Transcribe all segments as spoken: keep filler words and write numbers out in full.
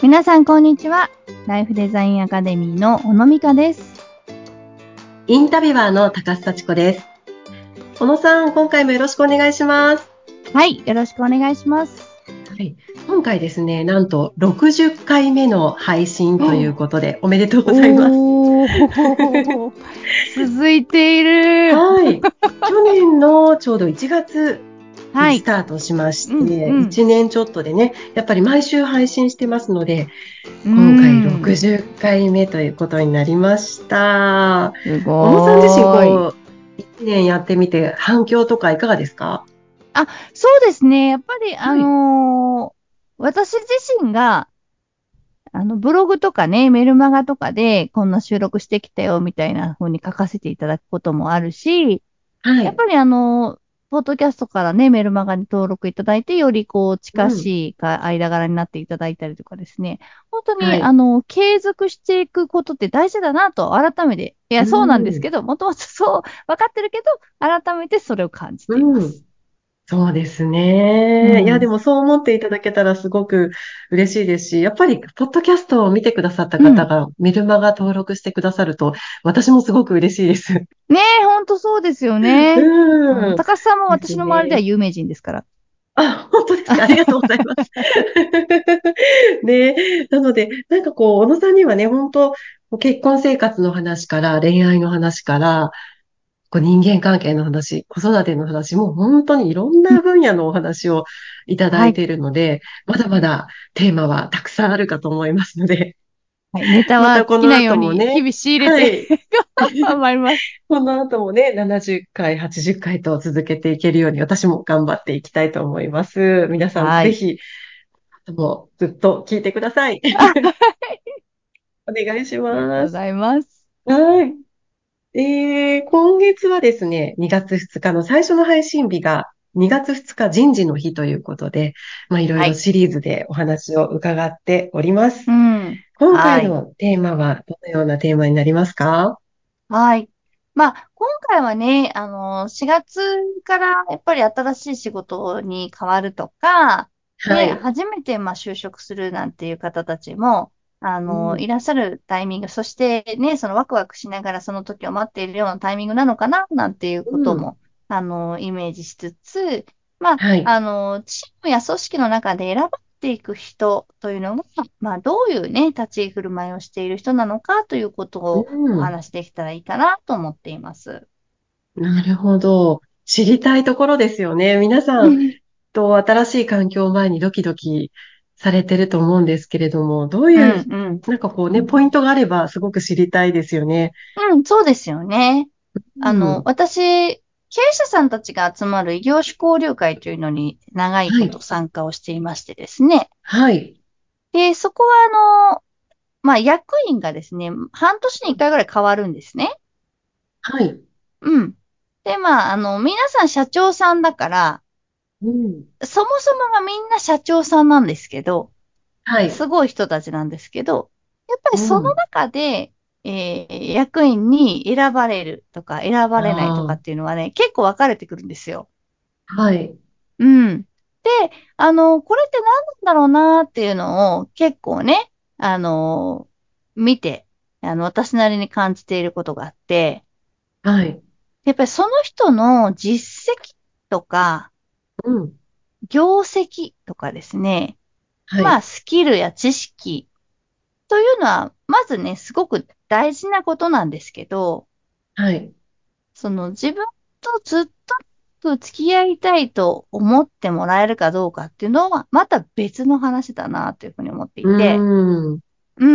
皆さんこんにちは。ライフデザインアカデミーの小野美香です。 インタビュアーの高須幸子です。小野さん、今回もよろしくお願いします。 はい、よろしくお願いします。 はい、今回ですね、なんとろくじゅっかいめの配信ということで、おめでとうございます。 おー、続いている。 はい。去年のちょうどいちがつはい。 にスタートしましうんて、 うん。 いちねんちょっとでね、やっぱり毎週配信してますので、 う今回ん。 ろくじゅっかいめということになりました。 す小野さん自身、 ごーい。 こう、いちねんやってみて反響とかいかがですか？ あ、そうですね。やっぱり、あはい。 のー私自身が、あの、ブログとかね、メルマガとかで、こんな収録してきたよ、みたいな風に書かせていただくこともあるし、 はい。 やっぱりあの、ポッドキャストからね、メルマガに登録いただいて、よりこう、近うん。 しいか間柄になっていただいたりとかですね。本当に、あはい。 の、継続していくことって大事だなと、改めて、いうや、そうなんですん。 けど、もともとそう、分かってるけど、改めてそれを感じていまうん。 す。 そうですね。いや、でうん。 もそう思っていただけたらすごく嬉しいですし、やっぱり、ポッドキャストを見てくださったうん。 方がメルマガ登録してくださると、私もすごく嬉しいです。 ねえ、ほんとそうですよね。うん、 うん。 高須さんもで私の周りではすね。 有名人ですから。 あ、本当ですか。ありがとうございます。ね。なので、なんかこう、小野さんにはね、本当、結婚生活の話から、恋愛の話から、こう人間関係の話、子育ての話、もう本当にいろんな分野のお話をいただはい。 いているので、まだまだテーマはたくさんあるかと思いますので、 はい。ネタまは尽きたこのないように、 後もね、 日々仕入れてはい、 頑張ります。 この後もね、ななじゅっかい、はちじゅっかいと続けていけるように、私も頑張っていきたいと思います。皆さん、 はい。 ぜひ、もうずっと聞いてください。お願いしありがとうます。 ございます。 はい。えー、今月はですね、にがつふつかの最初の配信日がにがつふつか人事の日ということで、まあいろいはい。 ろシリーズでお話を伺っております。 うん。 今回はい。 のテーマはどのようなテーマになりますか？ はい。まあ、今回はね、あの、しがつからやっぱり新しい仕事に変わるとか、ね、 はい。 初めてまあ就職するなんていう方たちも、あの、 うん。 いらっしゃるタイミング、そしてね、そのワクワクしながらその時を待っているようなタイミングなのかな、なんていうこうん。 とも、あの、イメージしつつ、まあ、 はい。 あの、チームや組織の中で選ばれていく人というのが、まあ、どういうね、立ち居振る舞いをしている人なのかということうをおん。 話しできたらいいかなと思っています。 なるほど。知りたいところですよね。皆さんと新しい環境を前にドキドキされてると思うんですけれども、どうういう、 んうん。 なんかこうね、ポイントがあればすごく知りたいですよね。 うん、そうですよね。あの、 うん。 私、経営者さんたちが集まる異業種交流会というのに長いはい。 こと参加をしていましてですね。 はい。 で、そこはあの、まあ、役員がですね、半年に一回ぐらい変わるんですね。 はい。 うん。で、まあ、あの、皆さん社長さんだから、 うん。 そもそもがみんな社長さんなんですけど、 はい。 すごい人たちなんですけど、やっぱりうそのん。 中で、えー役員に選ばれるとか選ばれないとかあっていうのはね、結構分かれてくるんですよ。 あ。はい。 うん。で、あの、これって何なんだろうなっていうのを結構ね、あの、見て、あの、私なりに感じていることがあって、 はい。 やっぱりその人の実績とか、 うん。 業績とかですね、まあ、 はい。 スキルや知識というのは、まずね、すごく大事なことなんですけど、 はい。 その自分とずっと付き合いたいと思ってもらえるかどうかっていうのは、また別の話だなというふうに思っていうて、 ーん。 うん。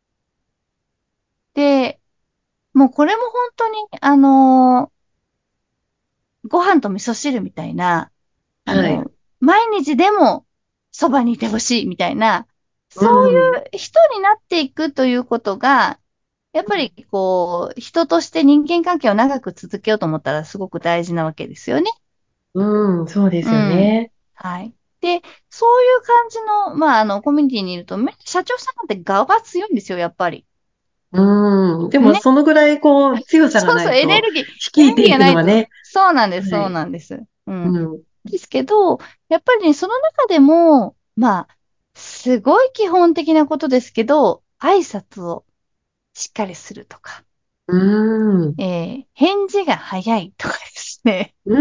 で、もうこれも本当に、あのーご飯と味噌汁みたいな、あはい。 の、毎日でもそばにいてほしいみたいな、 うそうん。 いう人になっていくということが、やっぱりこう、人として人間関係を長く続けようと思ったらすごく大事なわけですよね。 うん。そうですようん。 ね。 はい。で、そういう感じの、まあ、あの、コミュニティにいると、め社長さんなんて我が強いんですよ、やっぱり。 うん。でも、 ね。 そのぐらい、こう、強さがそうそう、エネないと、 ルギー、エネルギー率いていがないと。 くのはね。 そうなんです、そうはい。 なんです。ううん。 ん。 ですけど、やっぱりね、その中でも、まあ、 すごい基本的なことですけど、挨拶をしっかりするとか、 うーん。 えー返事が早いとかですね。 うん。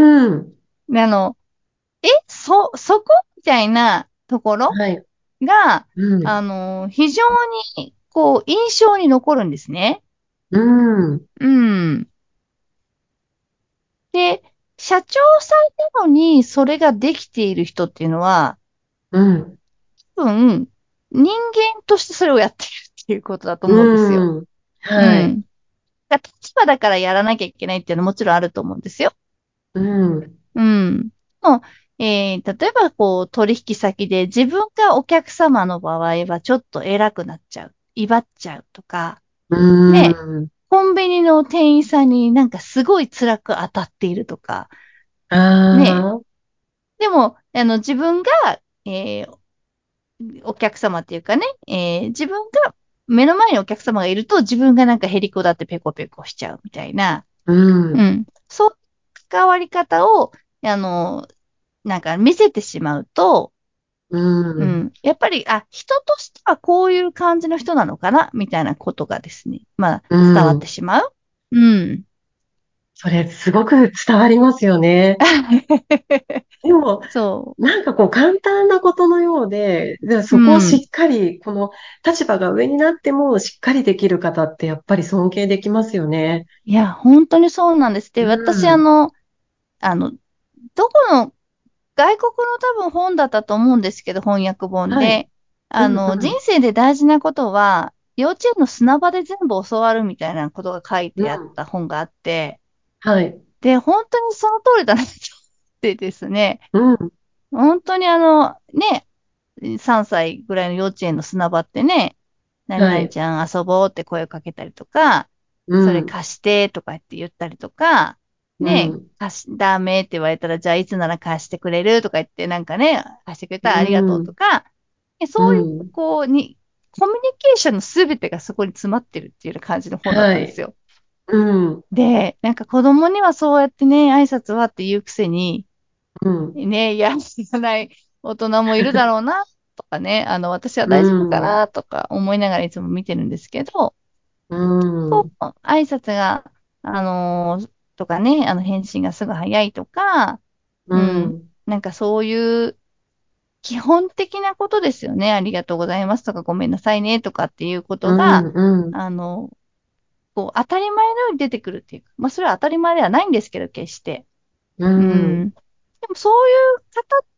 あの、え、そ、そこみたいなところはい。 が、 うん。 あの、非常に、こう、印象に残るんですね。 うん。 うん。で、社長さんなのにそれができている人っていうのは、 うん。 多分、人間としてそれをやってるっていうことだと思うんですよ。 うん。はい。 うん。だから立場だからやらなきゃいけないっていうのはもちろんあると思うんですよ。 うん。 うん。もう、えー例えば、こう、取引先で自分がお客様の場合はちょっと偉くなっちゃう。威張っちゃうとか、 うね、 ん。 コンビニの店員さんになんかすごい辛く当たっているとか、ね。 ああ。 でも、あの、自分が、えーお客様っていうかね、えー自分が、目の前にお客様がいると自分がなんかへりこだってペコペコしちゃうみたいな、 うん。 うん。そういう関わり方を、あの、なんか見せてしまうと、 うん。 うん。やっぱり、あ、人としてはこういう感じの人なのかなみたいなことがですね、まあ、 う伝わってん。 しまう。うん。 それ、すごく伝わりますよね。でも、 そなんかこう簡単なことのようで、でう。うそこをしん。 っかり、この立場が上になってもしっかりできる方ってやっぱり尊敬できますよね。 いや、本当にそうなんです。で、 う私、あん。 の、あの、どこの外国の多分本だったと思うんですけど、翻訳本はい。 で。 うあの、人んうん。 生で大事なことは、幼稚園の砂場で全部教わるみたいなことが書いてあっうん。 た本があって、 はい。 で、本当にその通りだなってですね、 うん。 本当にあの、ね、さんさいぐらいの幼稚園の砂場ってね、何はい。 々ちゃん遊ぼうって声をかけたりとか、 うそれん。 貸してとかって言ったりとか、ね、 うん。 貸し、ダメって言われたら、じゃあいつなら貸してくれるとか言って、なんかね、貸してくれたらありがとううん。 とか、ねうそういう、 ん。 こう、に、コミュニケーションのすべてがそこに詰まってるっていうような感じの本だっはい。 たんですよ。 うん。 で、なんか子供にはそうやってね、挨拶はって言うくせに、 うん。 ね、いや、知らない大人もいるだろうな、とかね、あの、私はう大丈夫かん。 な、とか思いながらいつも見てるんですけど、 うん。 挨拶が、あのーとかね、あの、返信がすぐ早いとか、 ううん、 ん。 なんかそういう基本的なことですよね。ありがとうございますとか、ごめんなさいねとかっていうこうとが、 ん。うん。 あの、こう、当たり前のように出てくるっていうか、まあ、それは当たり前ではないんですけど、決して。 ううん。 ん。でもそういう方って、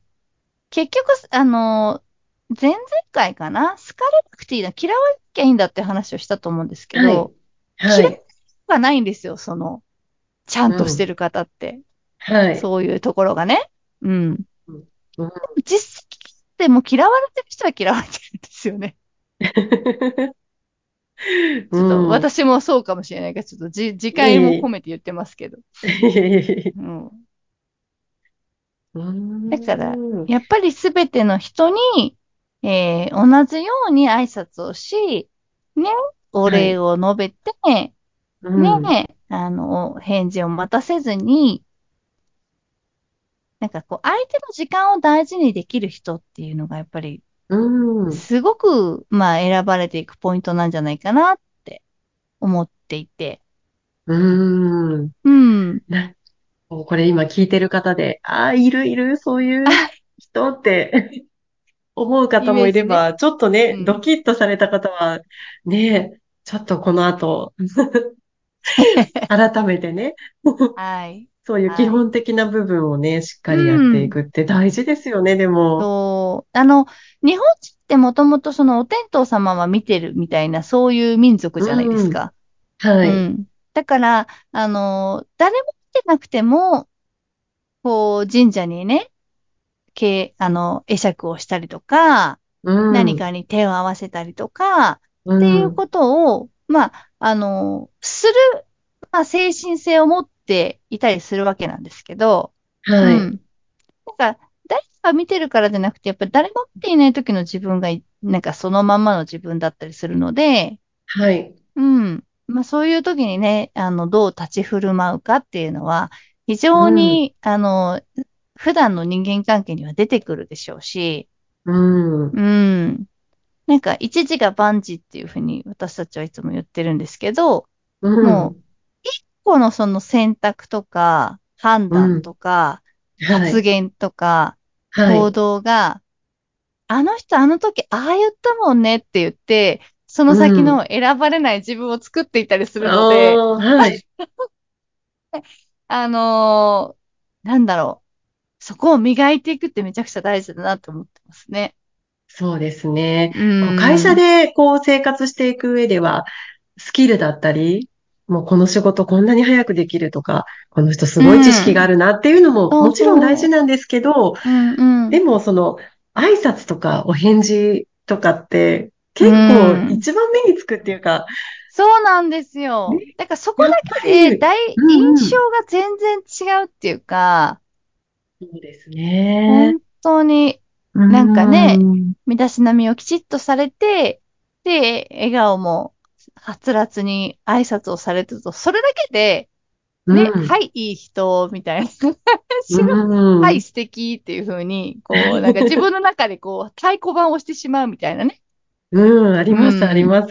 結局、あの、前々回かな、好かれなくていいな、嫌わなきゃいいんだって話をしたと思うんですけはい。 ど、嫌いはい。 がないんですよ、その、ちゃんうん。 としてる方って。 はい。 そういうところがね。うん。 うん。うん。 実績でも嫌われてる人は嫌われてるんですよね。 うちょっとん。 私もそうかもしれないから、ちょっとじ自いえ戒もい込めて言ってますけど。 え。いえいえ。 うん。 うーだから、 ん。 やっぱりすべての人に、えー同じように挨拶をし、ね、おはい。 礼を述べて、 うね、 ん。 あの、返事を待たせずに、なんかこう、相手の時間を大事にできる人っていうのが、やっぱり、 うん。 すごく、まあ、選ばれていくポイントなんじゃないかなって思っていて。 うん。 うん。 な、これ今聞いてる方で、ああ、いるいる、そういうあ、 人って思うイ方もメージね。 いれば、ちょっとね、ドうん。 キッとされた方は、ね、ちょっとこの後、改めてね、 はい。 そういう基はい。 本的な部分をね、しっかうりやっていん。 くって大事ですよね、でも。 そう。あの、日本人ってもともとそのお天道様は見てるみたいな、そういう民族じゃないでうん。 すか。 はい。 うん。だから、あの、誰も見てなくても、こう、神社にね、け、あの、会釈をしたりとか、 うん。 何かに手を合わせたりとか、っうていうん。 ことを、まあ、あの、する、まあ、精神性を持っていたりするわけなんですけど、うはい。 ん。なんか、誰かが見てるからじゃなくて、やっぱり誰も見ていない時の自分がい、なんかそのまんまの自分だったりするので、 はい。 うん。まあそういう時にね、あの、どう立ち振る舞うかっていうのは、非うん。 常に、あの、普段の人間関係には出てくるでしょうし、 うん。 うん。なんか、一時が万事っていうふうに私たちはいつも言ってるんですけど、 うもう、 ん。 一個のその選択とか、判断うん。 とか、 はい。 発言とか、行はい。 動が、あの人あの時ああ言ったもんねって言って、そうの先ん。 の選ばれない自分を作っていたりするあので、 あ、はい。 あのーなんだろう。そこを磨いていくってめちゃくちゃ大事だなと思ってますね。 そうですね。 うこう会社ーん。 でこう生活していく上では、スキルだったり、もうこの仕事こんなに早くできるとか、この人すうごい知識があん。 るなっていうのもそうもちろん大事そなんですけど、 う。うんうん。 でもその挨拶とかお返事とかってう結構ん。 一番目につくっていうか、 そうなんですね、 よ。だからそこやっぱだけでり、 大、 う印んうん。 象が全然違うっていうか、 そうですね。 本当にうなんかね、 ん。 身だしなみをきちっとされて、で、笑顔もはつらつに挨拶をされてると、それだけで、 うね、はん。 い、いい人、みたいな感うじの、はい、 ん。 素敵っていう風に、こう、なんか自分の中でこう、太鼓判をしてしまうみたいなね。 うん、ありうます、ありん、 ます。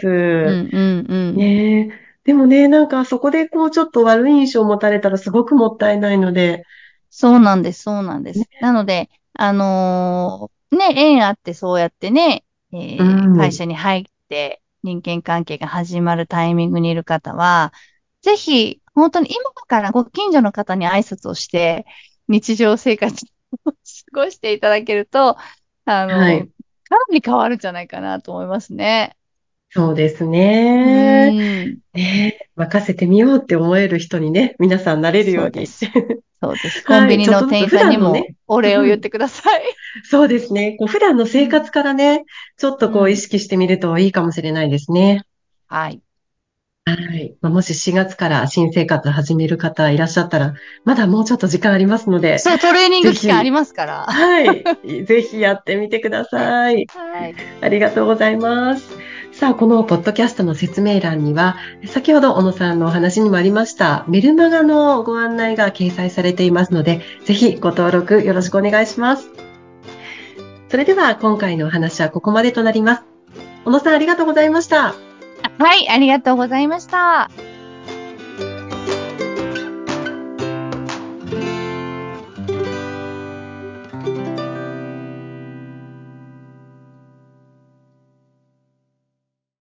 うん、うん、うん。 ねえ。でもね、なんかそこでこうちょっと悪い印象を持たれたらすごくもったいないので、 そうなんです、そうなんでね。 す。なので、あのーね、縁あってそうやってね、 うえー会ん。 社に入って人間関係が始まるタイミングにいる方は、ぜひ、本当に今からご近所の方に挨拶をして、日常生活を過ごしていただけると、あの、 はい。 かなり変わるんじゃないかなと思いますね。 そうですうね。 ーん、 ねえ、任せてみようって思える人にね、皆さんなれるように。 そうです。そうです。コンはい。 ビニちょっとずつ普の店員さんに段のね、 もお礼をうん。 言ってください。 そうですね。こう普段のうん。 生活からね、ちょっとこう意うん。 識してみるといいかもしれないですね。 はい。 はい。まあもししがつから新生活始める方いらっしゃったら、まだもうちょっと時間ありますので、 そう、トレーニング期間ありぜひ、 ますから。 はい。ぜひやってみてください。 はい。 ありがとうございます。さあ、このポッドキャストの説明欄には、先ほど小野さんのお話にもありました、メルマガのご案内が掲載されていますので、ぜひご登録よろしくお願いします。それでは今回のお話はここまでとなります。小野さんありがとうございました。 はい、ありがとうございました。